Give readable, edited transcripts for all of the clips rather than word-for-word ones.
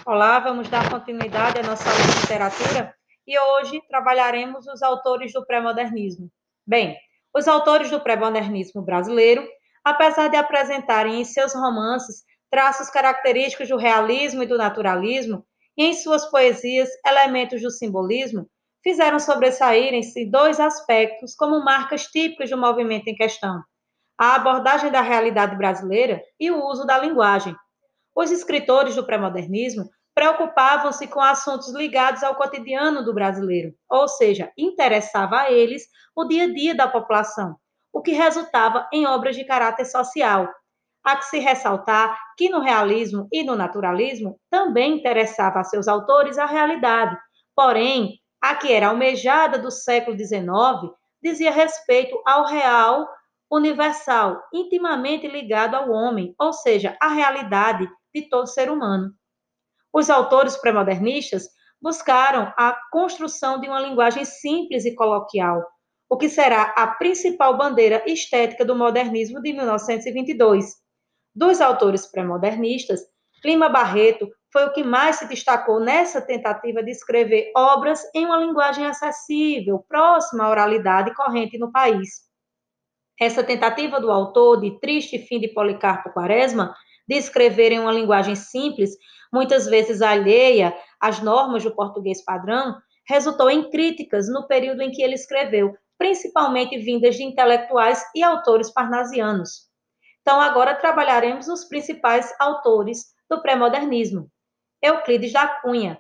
Olá, vamos dar continuidade à nossa aula de literatura e hoje trabalharemos os autores do pré-modernismo. Bem, os autores do pré-modernismo brasileiro, apesar de apresentarem em seus romances traços característicos do realismo e do naturalismo, e em suas poesias elementos do simbolismo, fizeram sobressaírem-se dois aspectos como marcas típicas do movimento em questão: a abordagem da realidade brasileira e o uso da linguagem. Os escritores do pré-modernismo preocupavam-se com assuntos ligados ao cotidiano do brasileiro, ou seja, interessava a eles o dia a dia da população, o que resultava em obras de caráter social. Há que se ressaltar que no realismo e no naturalismo também interessava a seus autores a realidade, porém, a que era almejada do século XIX dizia respeito ao real universal, intimamente ligado ao homem, ou seja, à realidade de todo ser humano. Os autores pré-modernistas buscaram a construção de uma linguagem simples e coloquial, o que será a principal bandeira estética do modernismo de 1922. Dos autores pré-modernistas, Lima Barreto foi o que mais se destacou nessa tentativa de escrever obras em uma linguagem acessível, próxima à oralidade corrente no país. Essa tentativa do autor de Triste Fim de Policarpo Quaresma de escrever em uma linguagem simples, muitas vezes alheia às normas do português padrão, resultou em críticas no período em que ele escreveu, principalmente vindas de intelectuais e autores parnasianos. Então, agora trabalharemos os principais autores do pré-modernismo. Euclides da Cunha,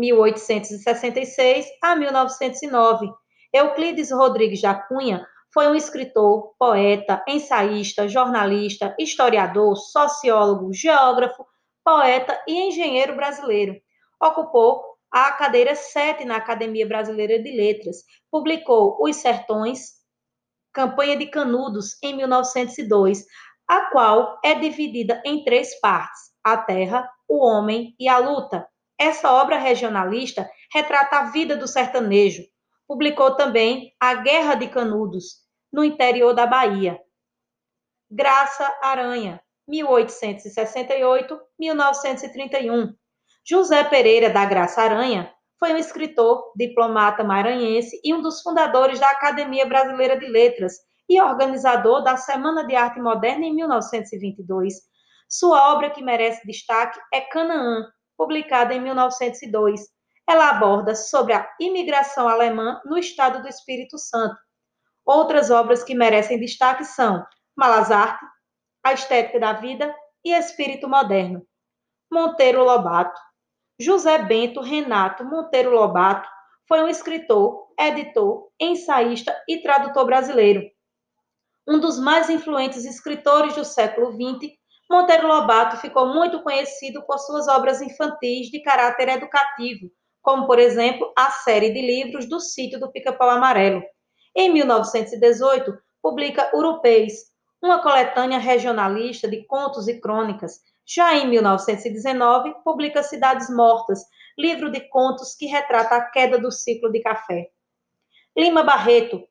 1866 a 1909. Euclides Rodrigues da Cunha foi um escritor, poeta, ensaísta, jornalista, historiador, sociólogo, geógrafo, poeta e engenheiro brasileiro. Ocupou a cadeira 7 na Academia Brasileira de Letras. Publicou Os Sertões, Campanha de Canudos, em 1902, a qual é dividida em 3 partes: a terra, o homem e a luta. Essa obra regionalista retrata a vida do sertanejo. Publicou também A Guerra de Canudos, no interior da Bahia. Graça Aranha, 1868-1931. José Pereira da Graça Aranha foi um escritor, diplomata maranhense e um dos fundadores da Academia Brasileira de Letras e organizador da Semana de Arte Moderna em 1922. Sua obra que merece destaque é Canaã, publicada em 1902. Ela aborda sobre a imigração alemã no estado do Espírito Santo. Outras obras que merecem destaque são Malas Artes, A Estética da Vida e Espírito Moderno. Monteiro Lobato. José Bento Renato Monteiro Lobato foi um escritor, editor, ensaísta e tradutor brasileiro. Um dos mais influentes escritores do século XX, Monteiro Lobato ficou muito conhecido por suas obras infantis de caráter educativo, como, por exemplo, a série de livros do Sítio do Pica-Pau Amarelo. Em 1918, publica Urupês, uma coletânea regionalista de contos e crônicas. Já em 1919, publica Cidades Mortas, livro de contos que retrata a queda do ciclo de café. Lima Barreto,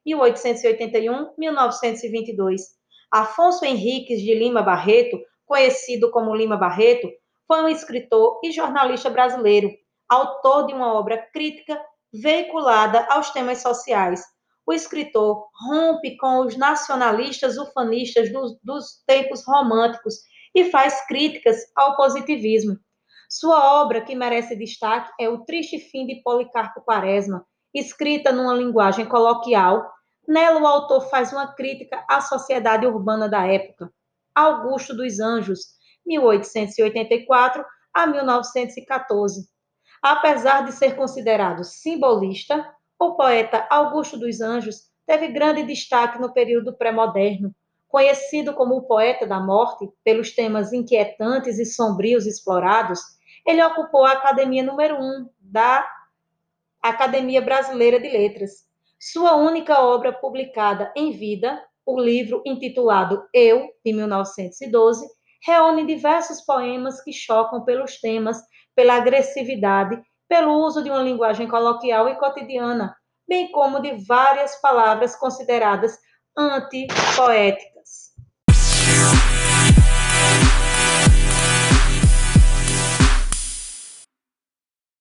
1881-1922. Afonso Henriques de Lima Barreto, conhecido como Lima Barreto, foi um escritor e jornalista brasileiro, autor de uma obra crítica veiculada aos temas sociais. O escritor rompe com os nacionalistas ufanistas dos tempos românticos e faz críticas ao positivismo. Sua obra que merece destaque é O Triste Fim de Policarpo Quaresma, escrita numa linguagem coloquial. Nela, o autor faz uma crítica à sociedade urbana da época. Augusto dos Anjos, 1884 a 1914. Apesar de ser considerado simbolista, o poeta Augusto dos Anjos teve grande destaque no período pré-moderno. Conhecido como o poeta da morte, pelos temas inquietantes e sombrios explorados, ele ocupou a academia número 1 da Academia Brasileira de Letras. Sua única obra publicada em vida, o livro intitulado Eu, de 1912, reúne diversos poemas que chocam pelos temas, pela agressividade, pelo uso de uma linguagem coloquial e cotidiana, bem como de várias palavras consideradas antipoéticas.